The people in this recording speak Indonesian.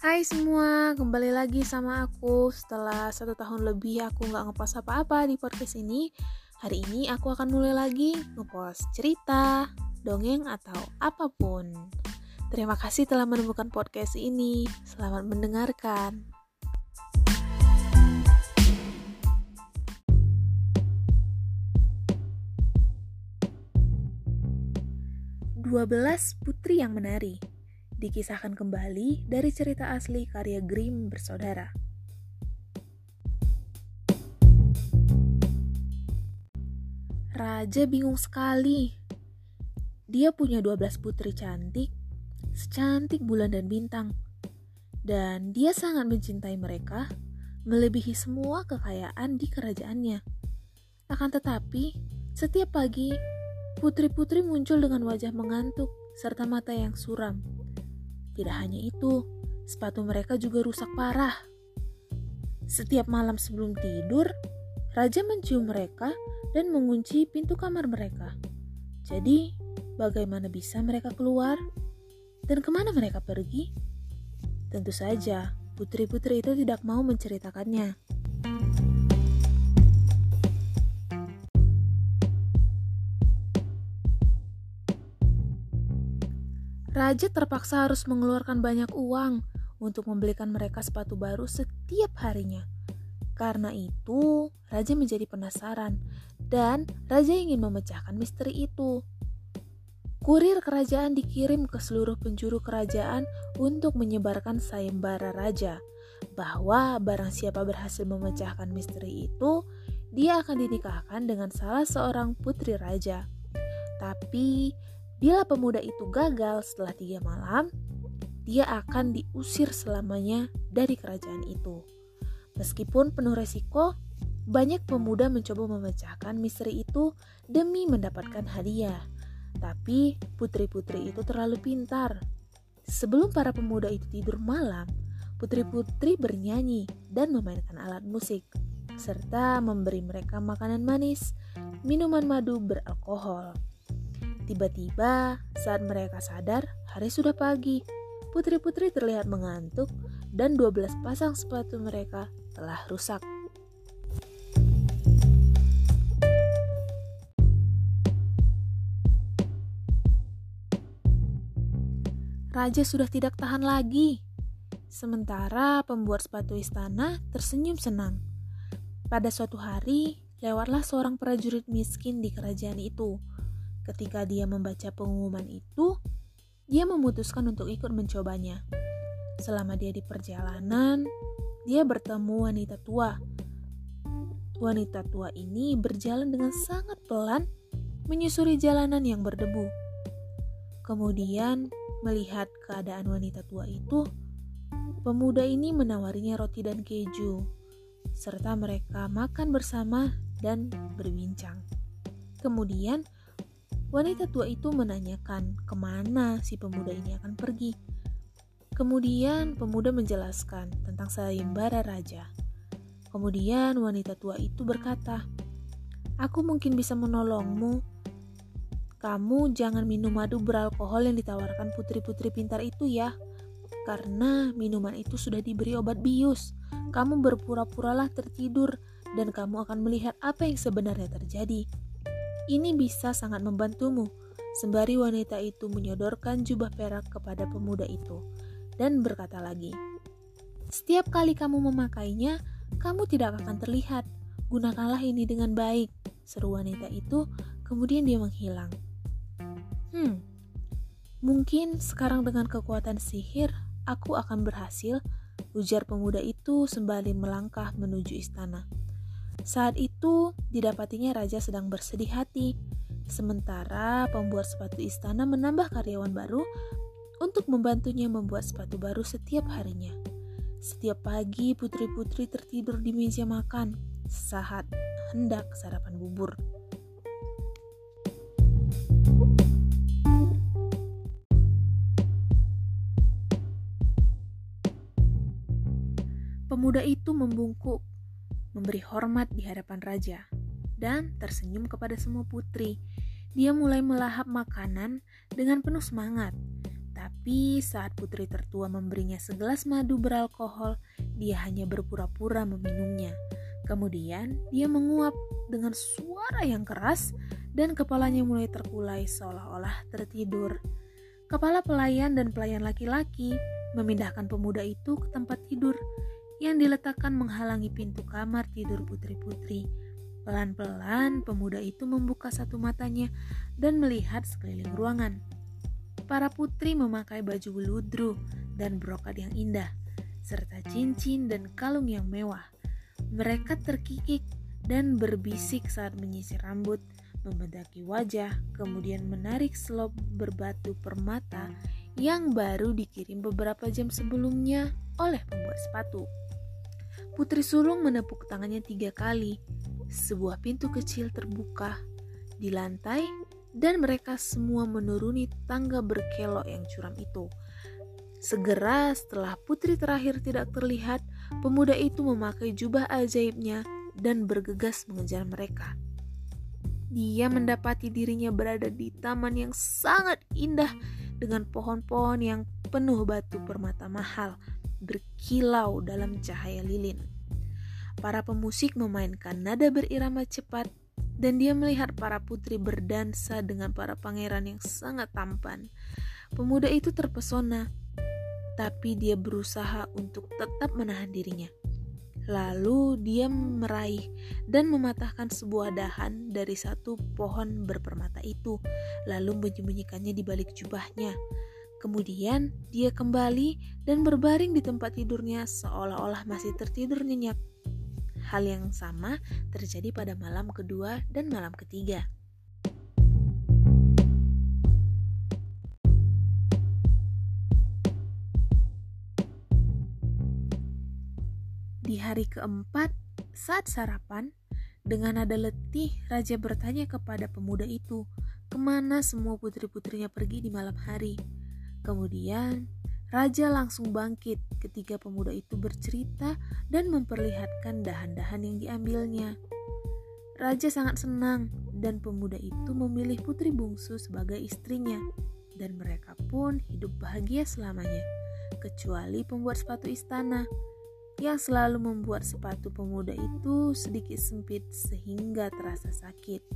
Hai semua, kembali lagi sama aku. Setelah 1 tahun lebih aku gak ngepost apa-apa di podcast ini. Hari ini aku akan mulai lagi ngepost cerita, dongeng, atau apapun. Terima kasih telah menemukan podcast ini. Selamat mendengarkan. "12 Putri yang Menari" dikisahkan kembali dari cerita asli karya Grimm bersaudara. Raja bingung sekali. Dia punya 12 putri cantik, secantik bulan dan bintang. Dan dia sangat mencintai mereka, melebihi semua kekayaan di kerajaannya. Akan tetapi, setiap pagi, putri-putri muncul dengan wajah mengantuk serta mata yang suram. Tidak hanya itu, sepatu mereka juga rusak parah. Setiap malam sebelum tidur, Raja mencium mereka dan mengunci pintu kamar mereka. Jadi, bagaimana bisa mereka keluar? Dan kemana mereka pergi? Tentu saja, putri-putri itu tidak mau menceritakannya. Raja terpaksa harus mengeluarkan banyak uang untuk membelikan mereka sepatu baru setiap harinya. Karena itu, Raja menjadi penasaran dan Raja ingin memecahkan misteri itu. Kurir kerajaan dikirim ke seluruh penjuru kerajaan untuk menyebarkan sayembara raja bahwa barang siapa berhasil memecahkan misteri itu, dia akan dinikahkan dengan salah seorang putri raja. Tapi bila pemuda itu gagal setelah 3 malam, dia akan diusir selamanya dari kerajaan itu. Meskipun penuh resiko, banyak pemuda mencoba memecahkan misteri itu demi mendapatkan hadiah. Tapi putri-putri itu terlalu pintar. Sebelum para pemuda itu tidur malam, putri-putri bernyanyi dan memainkan alat musik, serta memberi mereka makanan manis, minuman madu beralkohol. Tiba-tiba, saat mereka sadar, hari sudah pagi. Putri-putri terlihat mengantuk dan 12 pasang sepatu mereka telah rusak. Raja sudah tidak tahan lagi. Sementara pembuat sepatu istana tersenyum senang. Pada suatu hari, lewatlah seorang prajurit miskin di kerajaan itu. Ketika dia membaca pengumuman itu, dia memutuskan untuk ikut mencobanya. Selama dia di perjalanan, dia bertemu wanita tua. Wanita tua ini berjalan dengan sangat pelan, menyusuri jalanan yang berdebu. Kemudian, melihat keadaan wanita tua itu, pemuda ini menawarinya roti dan keju, serta mereka makan bersama dan berbincang. Kemudian, wanita tua itu menanyakan kemana si pemuda ini akan pergi. Kemudian pemuda menjelaskan tentang sayembara raja. Kemudian wanita tua itu berkata, "Aku mungkin bisa menolongmu. Kamu jangan minum madu beralkohol yang ditawarkan putri-putri pintar itu ya. Karena minuman itu sudah diberi obat bius. Kamu berpura-puralah tertidur dan kamu akan melihat apa yang sebenarnya terjadi. Ini bisa sangat membantumu." Sembari wanita itu menyodorkan jubah perak kepada pemuda itu dan berkata lagi, "Setiap kali kamu memakainya, kamu tidak akan terlihat. Gunakanlah ini dengan baik," seru wanita itu. Kemudian dia menghilang. Mungkin sekarang dengan kekuatan sihir, aku akan berhasil," ujar pemuda itu sembari melangkah menuju istana. Saat itu, didapatinya raja sedang bersedih hati. Sementara pembuat sepatu istana menambah karyawan baru untuk membantunya membuat sepatu baru setiap harinya. Setiap pagi, putri-putri tertidur di meja makan saat hendak sarapan bubur. Pemuda itu membungkuk, memberi hormat di hadapan raja, dan tersenyum kepada semua putri. Dia mulai melahap makanan dengan penuh semangat. Tapi saat putri tertua memberinya segelas madu beralkohol, dia hanya berpura-pura meminumnya. Kemudian dia menguap dengan suara yang keras dan kepalanya mulai terkulai seolah-olah tertidur. Kepala pelayan dan pelayan laki-laki memindahkan pemuda itu ke tempat tidur yang diletakkan menghalangi pintu kamar tidur putri-putri. Pelan-pelan pemuda itu membuka satu matanya dan melihat sekeliling ruangan. Para putri memakai baju beludru dan brokat yang indah, serta cincin dan kalung yang mewah. Mereka terkikik dan berbisik saat menyisir rambut, membentaki wajah, kemudian menarik selop berbatu permata yang baru dikirim beberapa jam sebelumnya oleh pembuat sepatu. Putri sulung menepuk tangannya 3 kali. Sebuah pintu kecil terbuka di lantai dan mereka semua menuruni tangga berkelok yang curam itu. Segera setelah putri terakhir tidak terlihat, pemuda itu memakai jubah ajaibnya dan bergegas mengejar mereka. Dia mendapati dirinya berada di taman yang sangat indah dengan pohon-pohon yang penuh batu permata mahal berkilau dalam cahaya lilin. Para pemusik memainkan nada berirama cepat dan dia melihat para putri berdansa dengan para pangeran yang sangat tampan. Pemuda itu terpesona, tapi dia berusaha untuk tetap menahan dirinya. Lalu dia meraih dan mematahkan sebuah dahan dari satu pohon berpermata itu, lalu menyembunyikannya di balik jubahnya. Kemudian dia kembali dan berbaring di tempat tidurnya seolah-olah masih tertidur nyenyak. Hal yang sama terjadi pada malam kedua dan malam ketiga. Di hari keempat, saat sarapan, dengan nada letih, Raja bertanya kepada pemuda itu, kemana semua putri-putrinya pergi di malam hari. Kemudian, Raja langsung bangkit ketika pemuda itu bercerita dan memperlihatkan dahan-dahan yang diambilnya. Raja sangat senang dan pemuda itu memilih putri bungsu sebagai istrinya, dan mereka pun hidup bahagia selamanya, kecuali pembuat sepatu istana yang selalu membuat sepatu pemuda itu sedikit sempit sehingga terasa sakit.